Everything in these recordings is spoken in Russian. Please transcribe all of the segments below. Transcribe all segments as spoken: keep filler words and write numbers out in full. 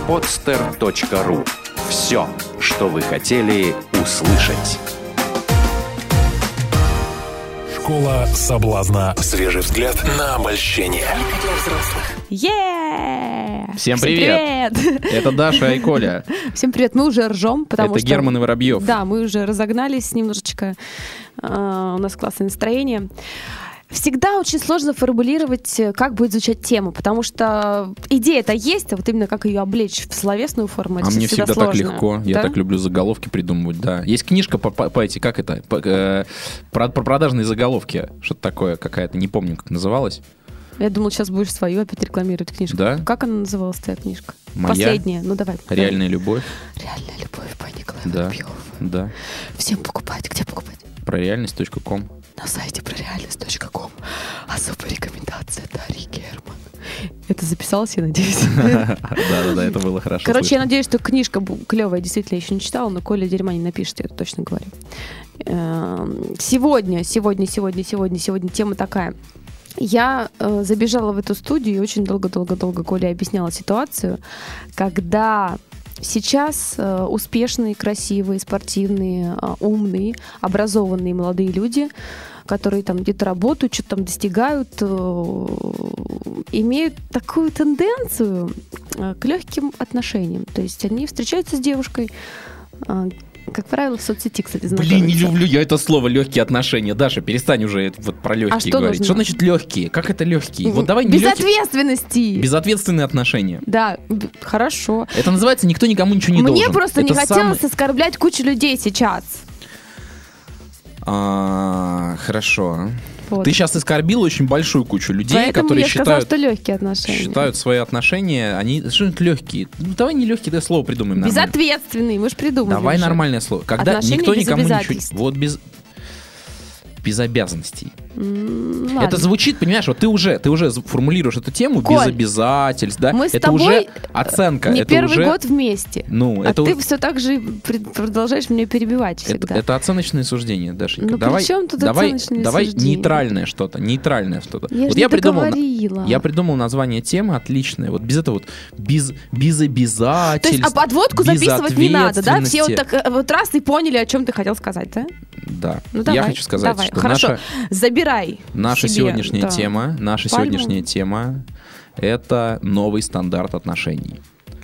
подстер точка ру. Все, что вы хотели услышать. Школа соблазна. Свежий взгляд на обольщение. Е! Всем привет! привет! Это Даша и Коля. Всем привет! Мы уже ржем, потому Это что... Герман и Воробьев. Да, мы уже разогнались немножечко. Uh, у нас классное настроение. Всегда очень сложно формулировать, как будет звучать тема, потому что идея-то есть, а вот именно как ее облечь в словесную форму, это А мне всегда, всегда сложно. так легко. Я Да? так люблю заголовки придумывать, да. Есть книжка по, по, по эти, как это, по, э, про, про продажные заголовки. Что-то такое какая-то, не помню, как называлась. Я думал, сейчас будешь свою опять рекламировать книжку. Да? Как она называлась, твоя книжка? Моя? Последняя. Ну давай. Реальная любовь. Реальная любовь по Николаю Да, Воробьеву. да. Всем покупать. Где покупать? Про реальность точка ком. На сайте про реальность точка ком. Особая рекомендация Дарьи Герман. Это записалось, я надеюсь. Да-да-да, это было хорошо. Короче, я надеюсь, что книжка клевая, действительно, я еще не читала, но Коля дерьма не напишет, я это точно говорю. Сегодня, сегодня, сегодня, сегодня, сегодня тема такая. Я э, забежала в эту студию и очень долго-долго-долго Коля объясняла ситуацию, когда сейчас э, успешные, красивые, спортивные, э, умные, образованные молодые люди, которые там где-то работают, что-то там достигают, э, имеют такую тенденцию э, к легким отношениям. То есть они встречаются с девушкой, э, как правило, в соцсети, кстати, знакомятся. Блин, не люблю я это слово «легкие отношения». Даша, перестань уже вот про легкие а что говорить. нужно? Что значит легкие? Как это легкие? Вот давай не Без легкие. ответственности! Безответственные отношения. Да, б- хорошо. Это называется «никто никому ничего не Мне должен». просто не Это хотелось самый- оскорблять кучу людей сейчас. А, хорошо. Вот. Ты сейчас оскорбил очень большую кучу людей, Поэтому которые я сказала, считают, что легкие отношения. считают свои отношения, они что-нибудь легкие. Ну, давай не легкие, да слово придумаем нормально. Безответственные, мы же придумали. Давай уже. нормальное слово. Когда Отношения никто без никому ничего... обязательств. Вот без... Без обязанностей. М, Это ладно. звучит, понимаешь, вот ты уже, ты уже формулируешь эту тему Коль, без обязательств, да? мы с это тобой уже оценка. Не это первый уже... год вместе. Ну, а это ты у- все так же пред- продолжаешь меня перебивать Это, всегда. это оценочные суждения, Дашенька. Ну, при давай, чем тут давай, оценочные давай суждения? нейтральное что-то, нейтральное что-то. Я вот же я не придумал, договорила. я придумал название темы отличное. Вот без этого вот без без То обязательств. есть, а подводку без записывать не надо, да? Все вот ответственности. так э, вот раз и поняли, о чем ты хотел сказать, да? Да. Ну, я давай, хочу сказать, давай. что Хорошо. наша Забирай. наша себе, сегодняшняя да. тема, наша Пальму. сегодняшняя тема это новый стандарт отношений.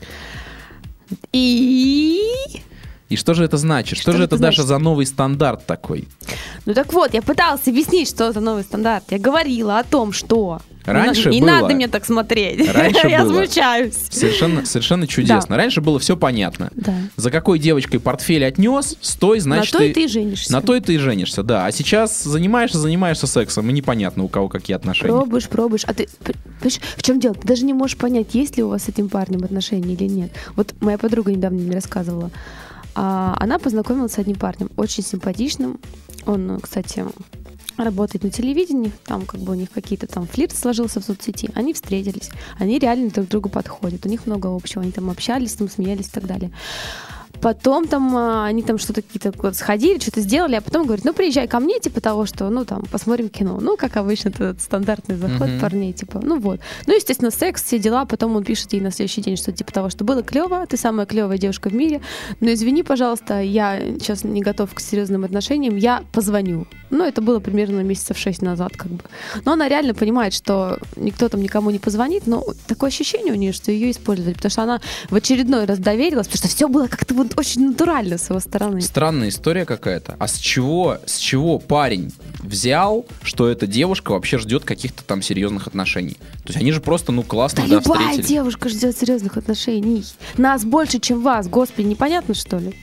И... И что же это значит? Что, Что же это, это Даша, значит? за новый стандарт такой? Ну так вот, я пыталась объяснить, что это новый стандарт. Я говорила о том, что... Раньше не, было- надо мне так смотреть. Раньше я было. смущаюсь. Совершенно, совершенно чудесно. Раньше было все понятно. Да. За какой девочкой портфель отнес, стой, значит, На то и ты и женишься. На то и ты и женишься, да. А сейчас занимаешься, занимаешься сексом, и непонятно, у кого какие отношения. Пробуешь, пробуешь. А ты, п- понимаешь, в чем дело? Ты даже не можешь понять, есть ли у вас с этим парнем отношения или нет. Вот моя подруга недавно мне рассказывала. А, она познакомилась с одним парнем, очень симпатичным. Он, кстати, работает на телевидении, там как бы у них какие-то там флирт сложился в соцсети. Они встретились, они реально друг к другу подходят, у них много общего, они там общались, там смеялись и так далее. Потом там а, они там что-то какие-то вот сходили, что-то сделали, а потом говорят, ну приезжай ко мне, типа того, что, ну там, посмотрим кино. Ну, как обычно, этот стандартный заход Мгм. парней, типа, ну вот. Ну, естественно, секс, все дела, потом он пишет ей на следующий день, что типа того, что было клево, ты самая клевая девушка в мире, но извини, пожалуйста, я сейчас не готов к серьезным отношениям, я позвоню. Ну, это было примерно месяцев шесть назад, как бы. Но она реально понимает, что никто там никому не позвонит, но такое ощущение у нее, что ее использовали, потому что она в очередной раз доверилась, потому что все было как-то вот очень натурально с его стороны. Странная история какая-то. А с чего, с чего парень взял, что эта девушка вообще ждет каких-то там серьезных отношений? То есть они же просто, ну, классно, Да да, любая встретились. девушка ждет серьезных отношений. Нас больше, чем вас. Господи, непонятно, что ли?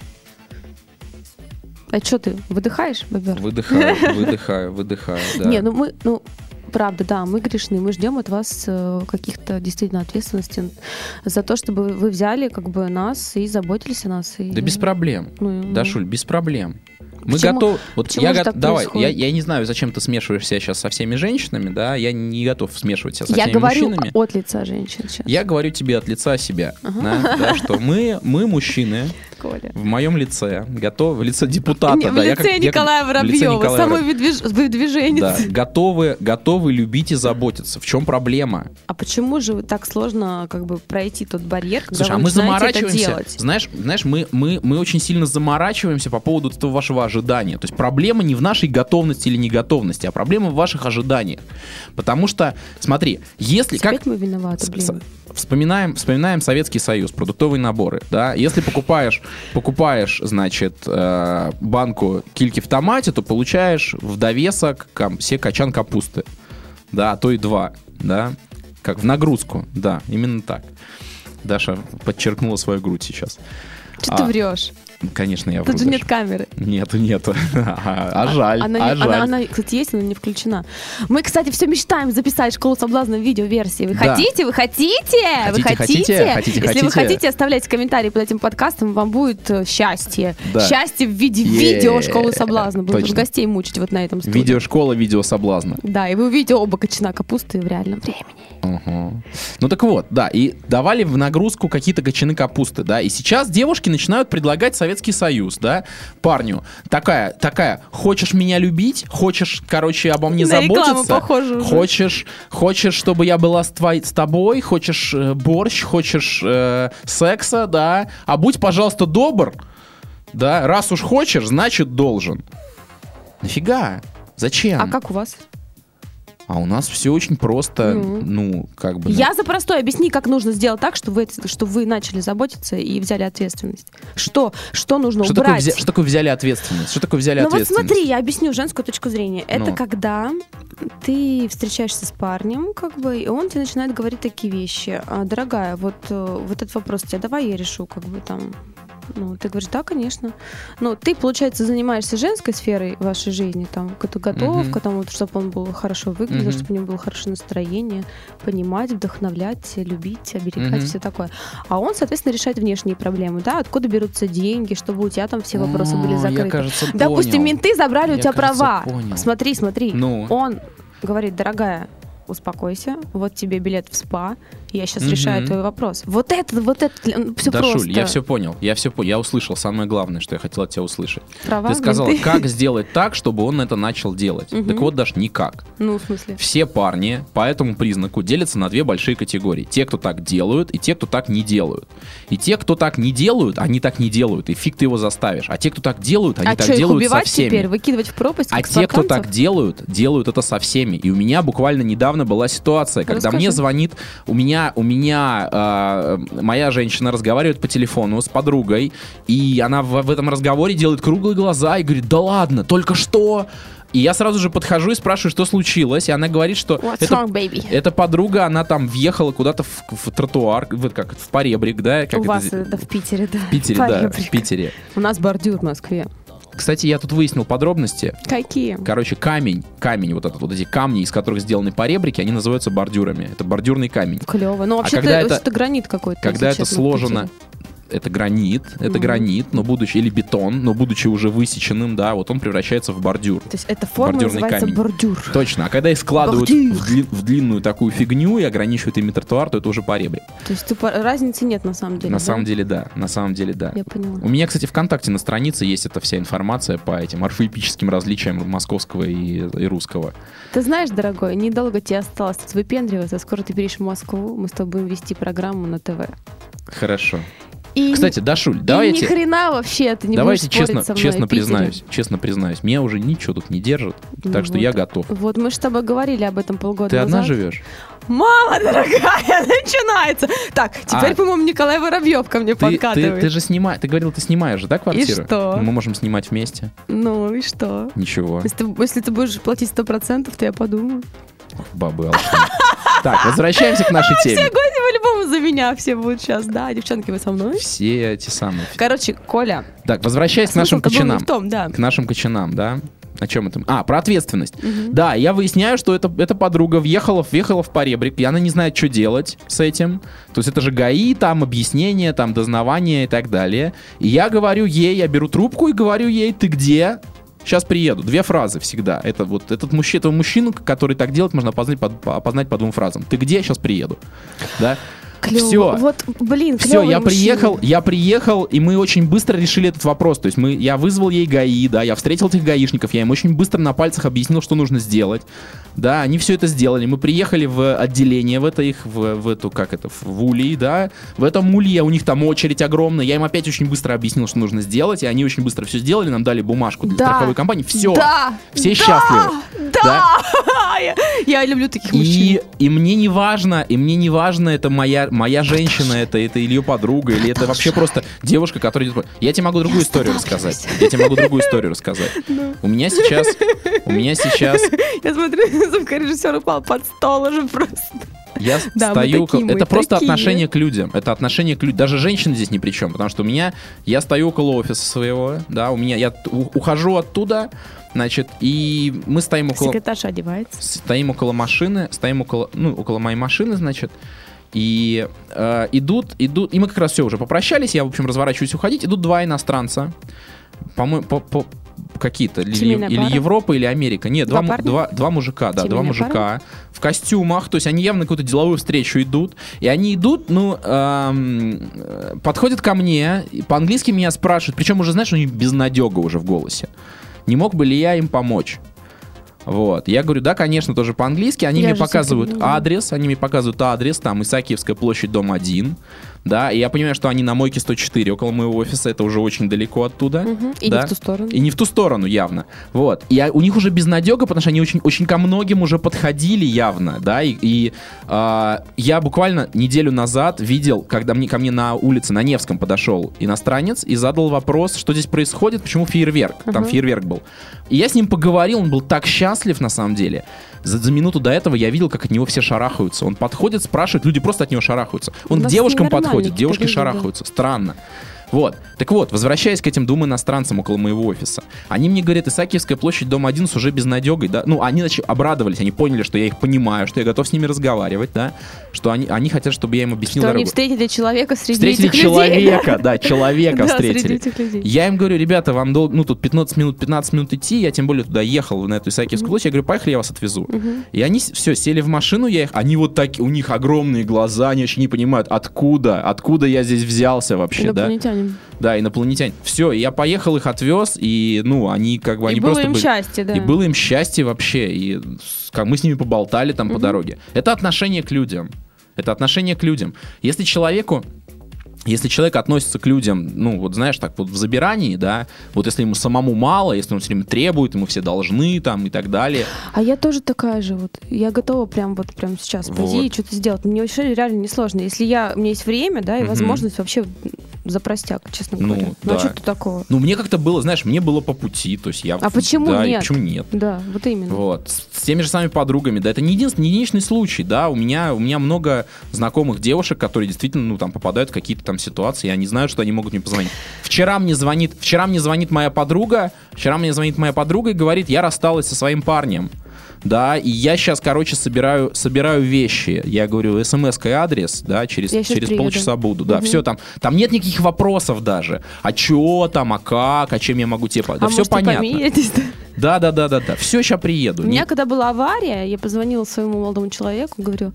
А что ты, выдыхаешь, бобер? Выдыхаю, выдыхаю, выдыхаю, да. Не, ну мы, ну, правда, да, мы грешны. Мы ждем от вас э, каких-то действительно ответственности за то, чтобы вы взяли как бы нас и заботились о нас. И, Да без проблем. Ну, ну. Дашуль, без проблем. Мы Почему- готовы. Вот почему я же го- так давай, я, происходит? я не знаю, зачем ты смешиваешь себя сейчас со всеми женщинами, да? Я не готов смешивать себя со Я всеми говорю мужчинами. от лица женщин сейчас. Я говорю тебе от лица себя, да, да, что мы, мы мужчины, Коля. В моем лице, готовы, в лице депутата. Не, в да, лице я как, Николая я, Воробьева, Николая самый Воробьева. выдвиж... выдвиженец. Да, готовы, готовы любить и заботиться. В чем проблема? А почему же так сложно как бы пройти тот барьер, когда Слушай, вы а мы начинаете это заморачиваемся. делать? Знаешь, знаешь мы, мы, мы очень сильно заморачиваемся по поводу этого вашего ожидания. То есть проблема не в нашей готовности или неготовности, а проблема в ваших ожиданиях. Потому что, смотри, если... Опять как мы виноваты, с- блин. с- Вспоминаем, вспоминаем Советский Союз, продуктовые наборы, да. Если покупаешь, покупаешь, значит, э, банку кильки в томате, то получаешь в довесок кам, все качан капусты, да, а то и два, да, как в нагрузку, да, именно так. Даша подчеркнула свою грудь сейчас. Что а, ты врешь? Конечно, я вру. Тут же нет Даша. камеры. Нету, нету. А жаль, Она, а не- жаль. она, она, кстати, есть, но не включена. Мы, кстати, все мечтаем записать «Школу соблазна» в видеоверсии. Вы Да. хотите? Вы хотите? Вы Хотите, хотите? хотите, хотите, Если вы хотите. хотите, оставляйте комментарии под этим подкастом, вам будет э, счастье. Да. Счастье в виде Е-е-е. видео «Школы соблазна». Будем Точно. гостей мучить вот на этом студии. Видеошкола, видео соблазна. Да, и вы увидите оба кочана капусты в реальном времени. Ага. Ну так вот, да, и давали в нагрузку какие-то кочаны капусты, да, и сейчас девушки начинают предлагать Советский Союз, да, парню, такая, такая, хочешь меня любить, хочешь, короче, обо мне На рекламу заботиться, похоже уже. хочешь, хочешь, чтобы я была с, твой, с тобой, хочешь э, борщ, хочешь э, секса, да, а будь, пожалуйста, добр, да, раз уж хочешь, значит должен. Нафига? Зачем? А как у вас? А у нас все очень просто, Ну. ну, как бы... ну, Я за простое. Объясни, как нужно сделать так, чтобы вы, это- чтобы вы начали заботиться и взяли ответственность. Что? Что нужно Что такое, убрать? взя- что такое взяли ответственность? Что такое взяли Ну вот ответственность? смотри, я объясню женскую точку зрения. Это Ну. когда ты встречаешься с парнем, как бы, и он тебе начинает говорить такие вещи. «А, дорогая, вот, э, вот этот вопрос тебе давай я решу, как бы там. Ну, ты говоришь, да, конечно. Но ты, получается, занимаешься женской сферой вашей жизни, там, какая-то готовка, Мгм. там, вот, чтобы он был хорошо выглядел, Мгм. чтобы у него было хорошее настроение, понимать, вдохновлять, любить, оберегать, Мгм. все такое. А он, соответственно, решает внешние проблемы, да, откуда берутся деньги, чтобы у тебя там все вопросы были О, закрыты. Я, кажется, Допустим, понял. менты забрали у Я, тебя кажется, права. понял. Смотри, смотри. Ну? Он говорит, дорогая, успокойся, вот тебе билет в спа, я сейчас Мгм. решаю твой вопрос. Вот это, вот это, все Дашуль, просто. я все понял, я все понял, я услышал самое главное, что я хотел от тебя услышать. Права, Ты сказала, менты. как сделать так, чтобы он это начал делать. Мгм. Так вот, Даш, никак. Ну, в смысле? Все парни по этому признаку делятся на две большие категории. Те, кто так делают, и те, кто так не делают. И те, кто так не делают, они так не делают, и фиг ты его заставишь. А те, кто так делают, они а так что, их делают со убивать всеми. теперь? Выкидывать в пропасть, А как те, кто спартанцев? так делают, делают это со всеми. И у меня буквально недавно была ситуация, когда Расскажи. мне звонит, у меня, у меня э, моя женщина разговаривает по телефону с подругой, и она в, в этом разговоре делает круглые глаза и говорит, да ладно, только что... И я сразу же подхожу и спрашиваю, что случилось, и она говорит, что What's это, wrong, baby? эта подруга, она там въехала куда-то в, в тротуар, вот как в поребрик, да? Как У это вас зи- это в Питере, да. в Питере, да, Поребрик. в Питере. У нас бордюр в Москве. Кстати, я тут выяснил подробности. Какие? Короче, камень, камень, вот этот, вот эти камни, из которых сделаны поребрики, они называются бордюрами. Это бордюрный камень. Клево. Ну, вообще-то когда это- это гранит какой-то. Когда если это честно, в сложено, Питере. это гранит, это Мгм. гранит, но будучи, или бетон, но будучи уже высеченным, да, вот он превращается в бордюр. То есть эта форма бордюрный называется камень. бордюр. Точно, а когда их складывают Бордюр. в, дли- в длинную такую фигню и ограничивают ими тротуар, то это уже поребрик. То есть тупо разницы нет на самом деле, На да? самом деле, да, на самом деле, да. Я поняла. У меня, кстати, ВКонтакте на странице есть эта вся информация по этим орфоэпическим различиям московского и, и русского. Ты знаешь, дорогой, недолго тебе осталось тут выпендриваться, скоро ты перейдешь в Москву, мы с тобой будем вести программу на ТВ. Хорошо. И, Кстати, Дашуль, и давайте... ни хрена вообще ты не Давайте будешь спорить честно, со мной честно в Питере. признаюсь, честно признаюсь, меня уже ничего тут не держит, Ну так что вот. я готов. Вот мы же с тобой говорили об этом полгода Ты одна назад. живешь? Мама дорогая, начинается. Так, теперь, А. по-моему, Николай Воробьев ко мне Ты, ты, подкатывает. ты же снимаешь, ты говорил, ты снимаешь же, да, квартиру? что? Мы можем снимать вместе. Ну и что? Ничего. Если ты, если ты будешь платить сто процентов, то я подумаю. Бабы алчные. Так, возвращаемся к нашей Все теме. гости по-любому за меня все будут сейчас, да? Девчонки, вы со мной? Все эти самые. Короче, Коля, Так, возвращаясь к нашим смысл-то был не кочанам. в том, да. К нашим кочанам, да? О чем это? А, про ответственность. Да, я выясняю, что это, эта подруга въехала, въехала в поребрик, и она не знает, что делать с этим. То есть это же ГАИ, там объяснение, там дознавание и так далее. И я говорю ей, я беру трубку и говорю ей, ты где? Сейчас приеду. Две фразы всегда. Это вот этот мужчина, этого мужчину, который так делает, можно опознать по, по- опознать по двум фразам. Ты где? Сейчас приеду. Да? Клево. Все. Вот, блин, Все, клёвый я мужчина. приехал, я приехал, и мы очень быстро решили этот вопрос. То есть мы, я вызвал ей ГАИ, да, я встретил этих гаишников, я им очень быстро на пальцах объяснил, что нужно сделать. Да, они все это сделали. Мы приехали в отделение, в это их, в, в эту, как это, в ульи, да. В этом улье у них там очередь огромная. Я им опять очень быстро объяснил, что нужно сделать, и они очень быстро все сделали, нам дали бумажку для Да. страховой компании. Все. Да. Все Да. счастливы. Да. я, я люблю таких И, мужчин. и мне не важно, и мне не важно, это моя, моя женщина, это, это или ее подруга, или это вообще просто девушка, которая идет... Я тебе могу другую историю рассказать. Я тебе могу другую историю рассказать. У меня сейчас... У меня сейчас... Я смотрю, звукорежиссер упал под стол уже просто. Я Да, мы стою... такие, мы это просто такие. отношение к людям. Это отношение к людям. Даже женщины здесь ни при чем. Потому что у меня... Я стою около офиса своего, да, у меня... Я у- ухожу оттуда, значит, и мы стоим около... Секретарша одевается. Стоим около машины, стоим около, ну, около моей машины, значит, и э, идут, идут, и мы как раз все уже попрощались, я, в общем, разворачиваюсь уходить, идут два иностранца, по-моему, по, по, какие-то, или, Семейная или пара? Европа, или Америка, нет, Два два, му- парня? два, два мужика, да, два Семейная мужика пара? в костюмах, то есть они явно на какую-то деловую встречу идут, и они идут, ну, эм, э, подходят ко мне, и по-английски меня спрашивают, причем уже, знаешь, у них безнадега уже в голосе, не мог бы ли я им помочь? Вот. Я говорю, да, конечно, тоже по-английски. Они Я мне же показывают всё понимаю. адрес, они мне показывают адрес, там, Исаакиевская площадь, дом один, да, и я понимаю, что они на Мойке сто четыре, около моего офиса, это уже очень далеко оттуда. Мгм. И да. не в ту сторону. И не в ту сторону явно. Вот. И я- у них уже безнадега, потому что они очень, очень ко многим уже подходили явно, да, и, и, а, я буквально неделю назад видел, когда мне, ко мне на улице, на Невском подошел иностранец и задал вопрос, что здесь происходит, почему фейерверк, там Ага. фейерверк был. И я с ним поговорил, он был так счастлив на самом деле. За, за минуту до этого я видел, как от него все шарахаются. Он подходит, спрашивает, люди просто от него шарахаются. Он У к нас девушкам ненормальные подходит, какие-то девушки люди, да. шарахаются. Странно. Вот. Так вот, возвращаясь к этим двум иностранцам около моего офиса, они мне говорят, Исаакиевская площадь, дом один с уже безнадегой, да, ну, они, значит, обрадовались, они поняли, что я их понимаю, что я готов с ними разговаривать, да, что они, они хотят, чтобы я им объяснил Что они дорогу. встретили человека среди Встретили этих человека, людей. да, человека Да, встретили. среди этих людей. Я им говорю, ребята, вам долго, ну, тут пятнадцать минут, пятнадцать минут идти, я тем более туда ехал, на эту Исаакиевскую площадь, я говорю, поехали, я вас отвезу. И они все, сели в машину, я их, они вот так, у них огромные глаза, они вообще не понимают, откуда, откуда я здесь взялся вообще, да. Инопланетянин. Да, инопланетяне. Все, я поехал, их отвез, и, ну, они как бы, И они было просто им были... счастье, да. И было им счастье вообще, и с- как мы с ними поболтали там по дороге. Это отношение к людям. Это отношение к людям. Если человеку, если человек относится к людям, ну, вот знаешь, так вот в забирании, да, вот если ему самому мало, если он все время требует, ему все должны там и так далее. А я тоже такая же вот. Я готова прям вот прям сейчас пойти Вот. и что-то сделать. Мне вообще реально несложно. Если я, у меня есть время, да, и Мгм. возможность вообще за простяк, честно Ну, говоря. Ну, да. а что тут такого? Ну, мне как-то было, знаешь, мне было по пути, то есть я... А почему да, и нет? почему нет? Да, вот именно. Вот. С, с теми же самыми подругами, да, это не единственный, не единичный случай, да, у меня, у меня много знакомых девушек, которые действительно, ну, там, попадают в какие-то там ситуации, и они знают, что они могут мне позвонить. Вчера мне звонит, вчера мне звонит моя подруга, вчера мне звонит моя подруга и говорит, я рассталась со своим парнем, да, и я сейчас, короче, собираю, собираю вещи, я говорю, смс-кой адрес, да, через, Я щас через приеду. полчаса буду, да, Мгм. все там, там нет никаких вопросов даже, а чё там, а как, а чем я могу тебе, по- да, а все может, и понятно. помиритесь, да? Да, да, да, да, да. Все, сейчас приеду. У Не- меня, когда была авария, я позвонила своему молодому человеку, говорю,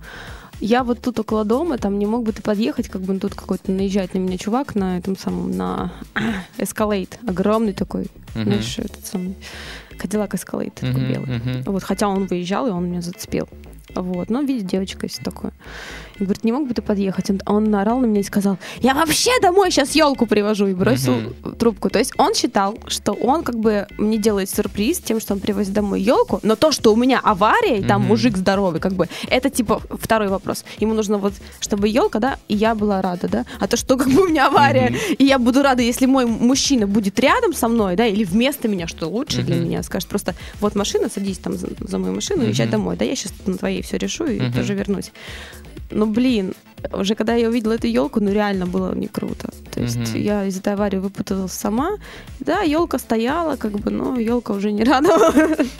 я вот тут около дома, там не мог бы ты подъехать, как бы ну, тут какой-то наезжает на меня чувак на этом самом, на Escalade, огромный такой, Мгм. знаешь, этот самый Cadillac Escalade, такой Мгм, белый. мгм. Вот, хотя он выезжал, и он меня зацепил. Вот, но видит девочка и все такое. И говорит, не мог бы ты подъехать? Он, он наорал на меня и сказал, я вообще домой сейчас елку привожу, и бросил трубку. То есть он считал, что он как бы мне делает сюрприз тем, что он привозит домой елку, но то, что у меня авария, и там Мгм. мужик здоровый, как бы, это типа второй вопрос. Ему нужно вот, чтобы елка, да, и я была рада, да. А то, что как бы у меня авария, и я буду рада, если мой мужчина будет рядом со мной, да, или вместо меня, что лучше для Мгм. меня, скажет просто, вот машина, садись там за, за мою машину, Мгм. езжай домой, да, я сейчас на твоей все решу и Мгм. тоже вернусь. Ну, блин, уже когда я увидела эту елку, ну, реально было не круто. То есть Мгм. я из этой аварии выпуталась сама. Да, елка стояла, как бы, но елка уже не радовала.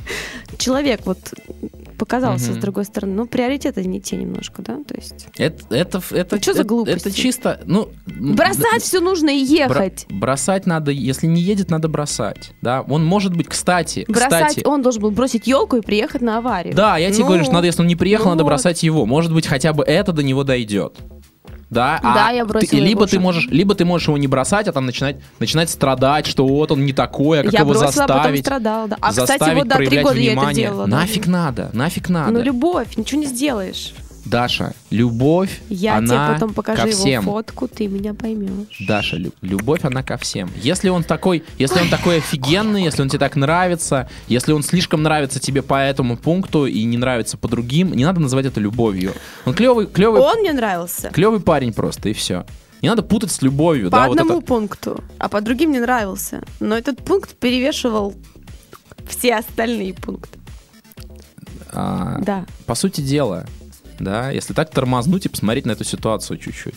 Человек вот показался Мгм. с другой стороны. Ну, приоритеты не те немножко, да, то есть... Это, это, это, Ну, чё за это- глупости? Это чисто, ну... Бросать все нужно и бра- ехать. бросать надо, если не едет, надо бросать, да. Он может быть, кстати, Бросать, кстати... он должен был бросить елку и приехать на аварию. Да, я тебе Ну, говорю, что надо, если он не приехал, ну надо вот. бросать его. Может быть, хотя бы это до него дойдет. Да, Да, а я ты- бросила либо его ты же. можешь, либо ты можешь его не бросать, а там начинать, начинать страдать, что вот он не такой, а как Я его бросила, а потом заставить. страдала. Да. А, кстати, заставить вот да, три проявлять года я это внимание. делала. да. Нафиг надо, нафиг надо. Ну, любовь, ничего не сделаешь. Даша, любовь, Я она тебе потом покажу ко его всем. фотку, ты меня поймешь. Даша, лю- любовь, она ко всем. Если он такой, если он такой офигенный, если он тебе так нравится, если он слишком нравится тебе по этому пункту и не нравится по другим, не надо называть это любовью. Он клевый, клевый, Он мне нравился. клевый парень просто, и все. Не надо путать с любовью, По да, вот одному это. пункту, а по другим не нравился. Но этот пункт перевешивал все остальные пункты. А, Да. По сути дела, да, если так тормознуть и посмотреть на эту ситуацию чуть-чуть,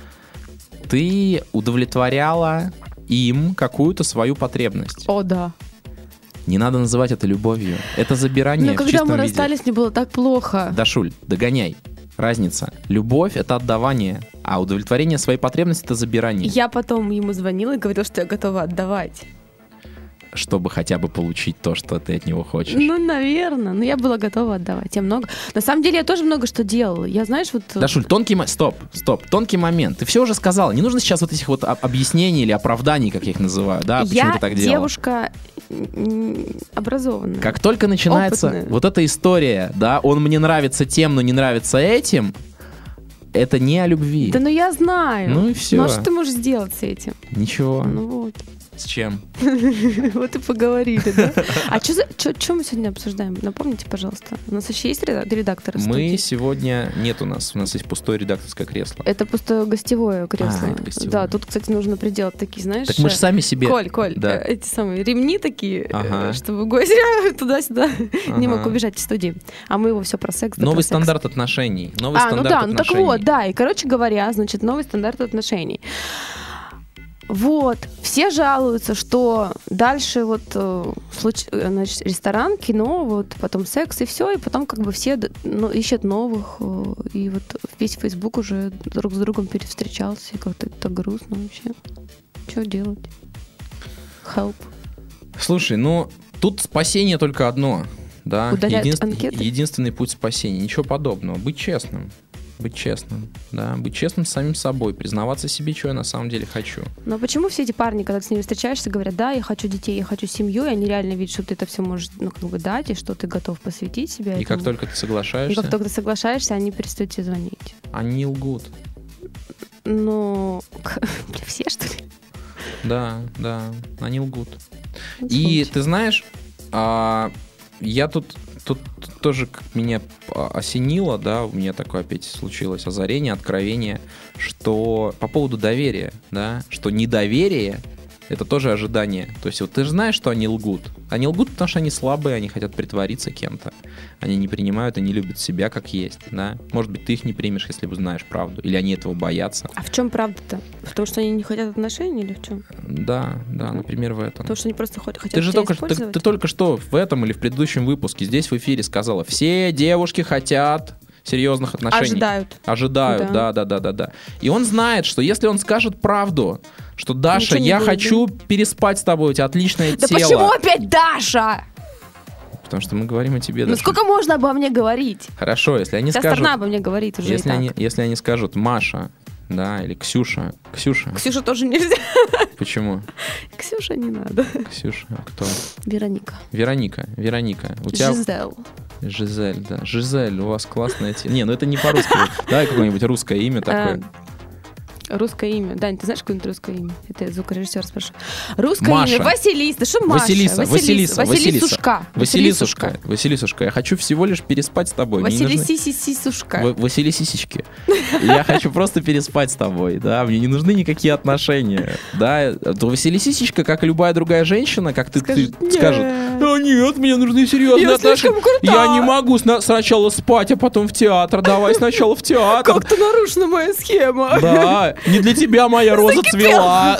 ты удовлетворяла им какую-то свою потребность. О, да. Не надо называть это любовью. Это забирание Но в когда чистом мы виде. расстались, мне было так плохо. Дашуль, догоняй. Разница. Любовь — это отдавание, а удовлетворение своей потребности — это забирание. Я потом ему звонила и говорила, что я готова отдавать. Чтобы хотя бы получить то, что ты от него хочешь. Ну, наверное. Но я была готова отдавать. Я много... На самом деле, я тоже много что делала. Я, знаешь, вот... Дашуль, тонкий момент. Стоп, стоп. Тонкий момент. Ты все уже сказала. Не нужно сейчас вот этих вот об- объяснений или оправданий, как я их называю. Да, почему я ты так делала. девушка м, образованная. Как только начинается Опытная. вот эта история, да, он мне нравится тем, но не нравится этим, это не о любви. Да ну я знаю. Ну и всё. Ну а что ты можешь сделать с этим? Ничего. Ну вот. С чем? Вот и поговорили, да? А что мы сегодня обсуждаем? Напомните, пожалуйста. У нас еще есть реда- редакторы Мы студии? сегодня... Нет у нас. У нас есть пустое редакторское кресло. Это просто гостевое кресло. А, это гостевое. Да, тут, кстати, нужно приделать такие, знаешь... Так мы же сами себе... Коль, Коль, Да. э, эти самые ремни такие, э, Ага. чтобы гость туда-сюда не мог Ага. убежать из студии. А мы его все про секс. да Новый про секс. стандарт отношений. Новый А, ну стандарт да, ну так отношений. вот, да. И, короче говоря, значит, новый стандарт отношений. Вот, все жалуются, что дальше вот э, случ- э, значит, ресторан, кино, вот потом секс и все, и потом как бы все д- ну, ищут новых, э, и вот весь Facebook уже друг с другом перевстречался, и как-то это так грустно вообще. Что делать? Help. Слушай, ну тут спасение только одно, да. Удалять Единст- анкеты? Единственный путь спасения. Ничего подобного. Быть честным. Быть честным, да, быть честным с самим собой, признаваться себе, что я на самом деле хочу. Но почему все эти парни, когда ты с ними встречаешься, говорят, да, я хочу детей, я хочу семью, и они реально видят, что ты это все можешь, ну, как бы дать, и что ты готов посвятить себя И этому. как только ты И соглашаешься, как только ты соглашаешься, они перестают тебе звонить. они лгут. Ну, все, что ли? Да, да, они лгут. Ну, И слушайте. ты знаешь, а, я тут, тут тоже как меня а, осенило, да, у меня такое опять случилось озарение, откровение, что по поводу доверия, да, что недоверие — это тоже ожидание. То есть вот ты же знаешь, что они лгут. Они лгут, потому что они слабые, они хотят притвориться кем-то. Они не принимают и не любят себя как есть, да. Может быть, ты их не примешь, если знаешь правду. Или они этого боятся. А в чем правда-то? В том, что они не хотят отношений или в чем? Да, да, например, в этом. То, что они просто хотят, хотят Ты же тебя только, ты, использовать? ты только что в этом или в предыдущем выпуске здесь в эфире сказала, все девушки хотят серьезных отношений. Ожидают. Ожидают, да. да, да, да, да. И он знает, что если он скажет правду, что Даша, Ничего не я будет, хочу переспать с тобой, у тебя отличное Да тело. почему опять Даша? Потому что мы говорим о тебе, Ну Даша. сколько можно обо мне говорить? Хорошо, если они Вся скажут... страна обо мне говорит уже и Если так. они, если они скажут Маша, да, или Ксюша. Ксюша. Ксюша тоже нельзя. Почему? Ксюша не надо. Ксюша, а кто? Вероника. Вероника, Вероника. У тебя... Жизель. Жизель, да. Жизель, у вас классное тело. Не, ну это не по-русски. Давай какое-нибудь русское имя такое. Русское имя. Дань, ты знаешь какое-нибудь русское имя? Это я звукорежиссер спрашиваю. Русское Маша. имя. Василиса. Да что Маша? Василиса, Василиса, Василисушка. Василисушка, Василисушка, я хочу всего лишь переспать с тобой. Мне не нужны- Василисисисушка. В- Василисисечки. Я хочу просто переспать с тобой, да, мне не нужны никакие отношения, да. То Василисисечка, как и любая другая женщина, как ты, ты Скажет, скажет, «Нет». да нет, мне нужны серьезные Я отношения. слишком крутая. Я не могу сна- сначала спать, а потом в театр. Давай сначала в театр. Как-то нарушена моя схема. Да, не для тебя моя роза цвела.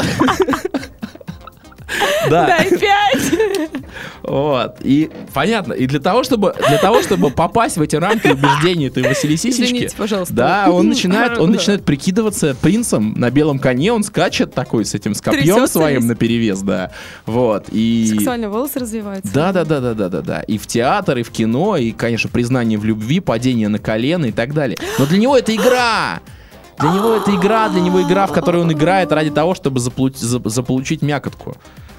Да. Дай пять. Вот. И понятно. И для того, чтобы, для того, чтобы попасть в эти рамки убеждений этой Василисисечки, Извините, пожалуйста. да, он начинает, он Да. начинает прикидываться принцем на белом коне, он скачет такой с этим, с копьем Трясется своим весь. наперевес, да. Вот. И... Сексуально волосы развиваются. Да, да, да, да, да, да, да. И в театр, и в кино, и, конечно, признание в любви, падение на колено и так далее. Но для него это игра. Для него это игра, для него игра, в которой он играет ради того, чтобы заполучить, заполучить мякотку.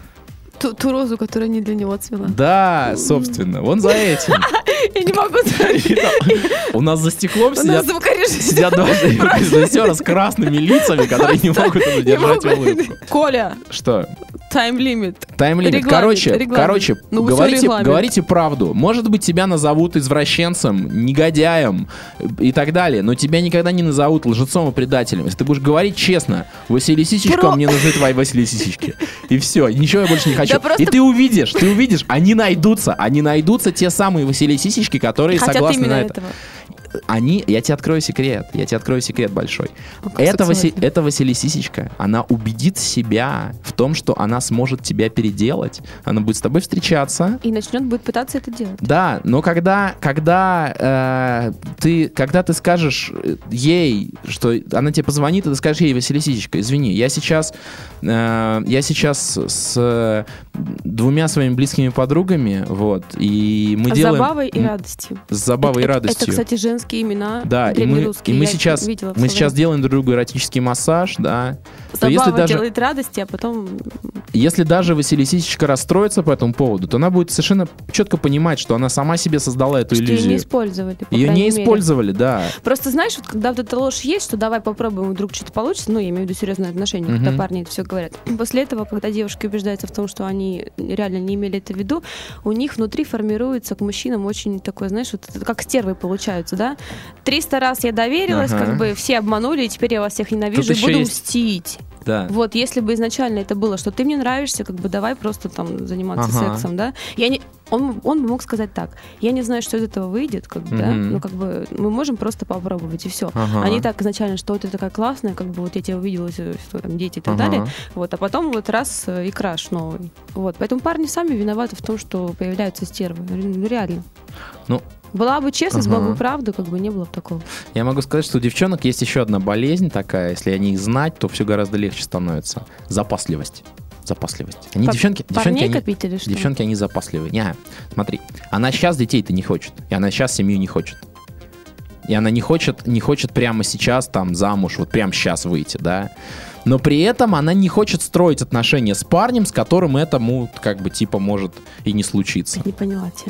Ту, ту розу, которая не для него цвела. Да, собственно, он за этим. Я не могу сказать. У нас за стеклом сидят, звукорежиссер. сидят два звукорежиссера с красными лицами, которые не могут удержать улыбку. Коля, Что? тайм-лимит. Тайм-лимит. Регламент, Короче, регламент. короче Ну, говорите, регламент. говорите правду. Может быть, тебя назовут извращенцем, негодяем и так далее, но тебя никогда не назовут лжецом и предателем. Если ты будешь говорить честно, Василий Сисечка, Про- мне нужны твои Василий Сисечки. И все, ничего я больше не хочу. Да просто- И ты увидишь, ты увидишь, они найдутся, они найдутся те самые Василий Сисечки, которые Хотят согласны именно на это. этого. Они, я тебе открою секрет, я тебе открою секрет большой. Ну, как Это, Васи, сексуально. это Василий Сисечка, она убедит себя в том, что она сможет тебя переделать, она будет с тобой встречаться. И начнет будет пытаться это делать. Да, но когда, когда, э, ты, когда ты скажешь ей, что она тебе позвонит, и ты скажешь ей: Василий Сисечка, извини, я сейчас, э, я сейчас с двумя своими близкими подругами, вот, и мы С делаем... забавой и радостью. С забавой это, и радостью. Это, кстати, женские имена. Да, и мы, древнерусские. и мы Я сейчас, видела в мы свое сейчас время. делаем друг другу эротический массаж, да. То Забава если даже, делает радости, а потом... если даже Василий Сисечка расстроится по этому поводу, то она будет совершенно четко понимать, что она сама себе создала эту Что ее не иллюзию. использовали, по Ее крайней не мере. использовали, да. Просто знаешь, вот когда вот эта ложь есть, что давай попробуем, вдруг что-то получится, ну, я имею в виду серьезные отношения, Мгм. когда парни это все говорят. После этого, когда девушки убеждаются в том, что они реально не имели это в виду, у них внутри формируется к мужчинам очень такое, знаешь, вот это как стервы получаются, да? триста раз я доверилась, Ага. как бы все обманули, и теперь я вас всех ненавижу Тут и еще буду есть- мстить. Да. Вот, если бы изначально это было, что ты мне нравишься, как бы давай просто там заниматься Ага. сексом, да? Я не, он, он бы мог сказать так: я не знаю, что из этого выйдет, как бы, да? Мгм. Ну, как бы мы можем просто попробовать, и все. Ага. А не так изначально, что ты такая классная, как бы вот я тебя увидела, что там дети и так Ага. далее. Вот, а потом вот раз э, и краш новый. Вот, поэтому парни сами виноваты в том, что появляются стервы. Ну, реально. Ну, Была бы честность, Ага. была бы правда, как бы не было бы такого. я могу сказать, что у девчонок есть еще одна болезнь такая, если о ней знать, то все гораздо легче становится. Запасливость. Запасливость. Они Па- девчонки, девчонки, Парней они, копить или что? девчонки, они запасливые. Не, смотри, она сейчас детей-то не хочет, и она сейчас семью не хочет. И она не хочет, не хочет прямо сейчас там замуж, вот прямо сейчас выйти, да. Но при этом она не хочет строить отношения с парнем, с которым этому как бы типа может и не случиться. Не поняла тебя.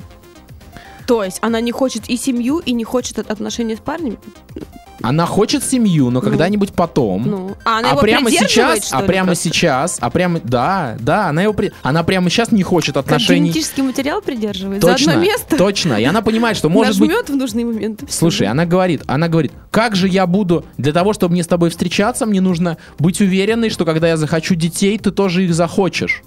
То есть она не хочет и семью, и не хочет от- отношения с парнем? Она хочет семью, но Ну. когда-нибудь потом. Ну, а она а его прямо придерживает, сейчас, что а ли, прямо просто? сейчас, а прямо, да, да, она его, при- она прямо сейчас не хочет Как отношений. генетический материал придерживает Точно, за одно место? точно. И она понимает, что может быть. Нажмет в нужный момент. и всё. Слушай, она говорит, она говорит, как же я буду, для того, чтобы мне с тобой встречаться, мне нужно быть уверенной, что когда я захочу детей, ты тоже их захочешь.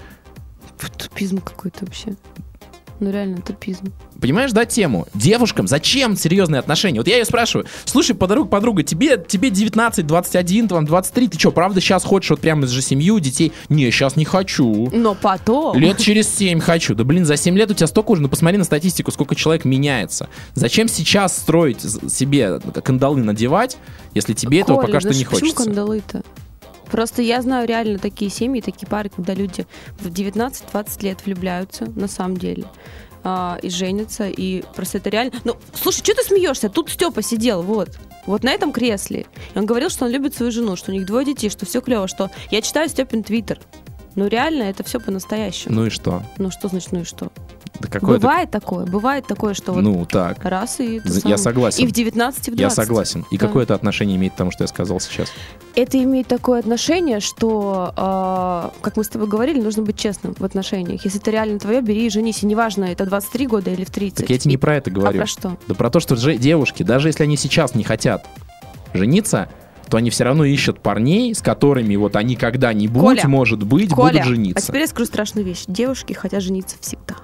Фу, тупизм какой-то вообще. Ну реально, тупизм. Понимаешь, да, тему? Девушкам зачем серьезные отношения? Вот я ее спрашиваю: слушай, подруга, подруга, тебе, тебе девятнадцать, двадцать один, там, двадцать три, ты что, правда сейчас хочешь вот прямо же семью, детей? Не, сейчас не хочу. Но потом... Лет через семь хочу. Да блин, за семь лет у тебя столько уже, ну посмотри на статистику, сколько человек меняется. Зачем сейчас строить з- себе кандалы надевать, если тебе этого Коля, пока что знаешь, не почему хочется? кандалы-то? Просто я знаю реально такие семьи, такие пары, когда люди в девятнадцать-двадцать лет влюбляются, на самом деле, а, и женятся, и просто это реально... Ну, слушай, что ты смеешься? Тут Степа сидел, вот. Вот на этом кресле. И он говорил, что он любит свою жену, что у них двое детей, что все клево, что я читаю Степин твиттер. Ну, реально, это все по-настоящему. Ну и что? Ну, что значит, ну и что? Да какое-то- Бывает такое, бывает такое, что вот Ну так. раз и... это Я самое. согласен. И в девятнадцать, и в Я двадцать. согласен. И Да. какое это отношение имеет к тому, что я сказал сейчас? Это имеет такое отношение, что, э, как мы с тобой говорили, нужно быть честным в отношениях. Если это реально твое, бери и женись. И неважно, это двадцать три года или в тридцать. Так я тебе не про это говорю. А про что? Да про то, что же девушки, даже если они сейчас не хотят жениться, то они все равно ищут парней, с которыми вот они когда-нибудь, Коля, может быть, Коля, будут а жениться. теперь я скажу страшную вещь. Девушки хотят жениться всегда.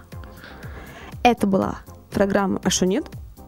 Это была программа «А что нет?»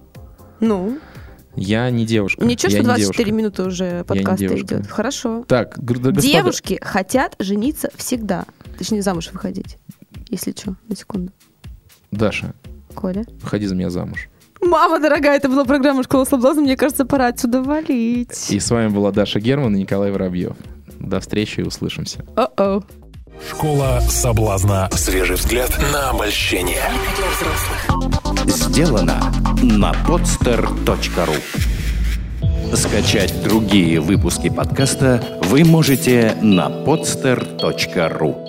Ну, Я не девушка. ничего, я что не двадцать четыре девушка. минуты уже подкаста девушка. идет. Хорошо. Так, г- да, господа, Девушки хотят жениться всегда. Точнее, замуж выходить. Если что, на секунду. Даша, Коля. выходи за меня замуж. Мама дорогая, это была программа «Школа соблазна». Мне кажется, пора отсюда валить. И с вами была Даша Герман и Николай Воробьев. До встречи и услышимся. О-о. Школа соблазна. Свежий взгляд на обольщение. Сделано на podster точка ру. Скачать другие выпуски подкаста вы можете на podster точка ру.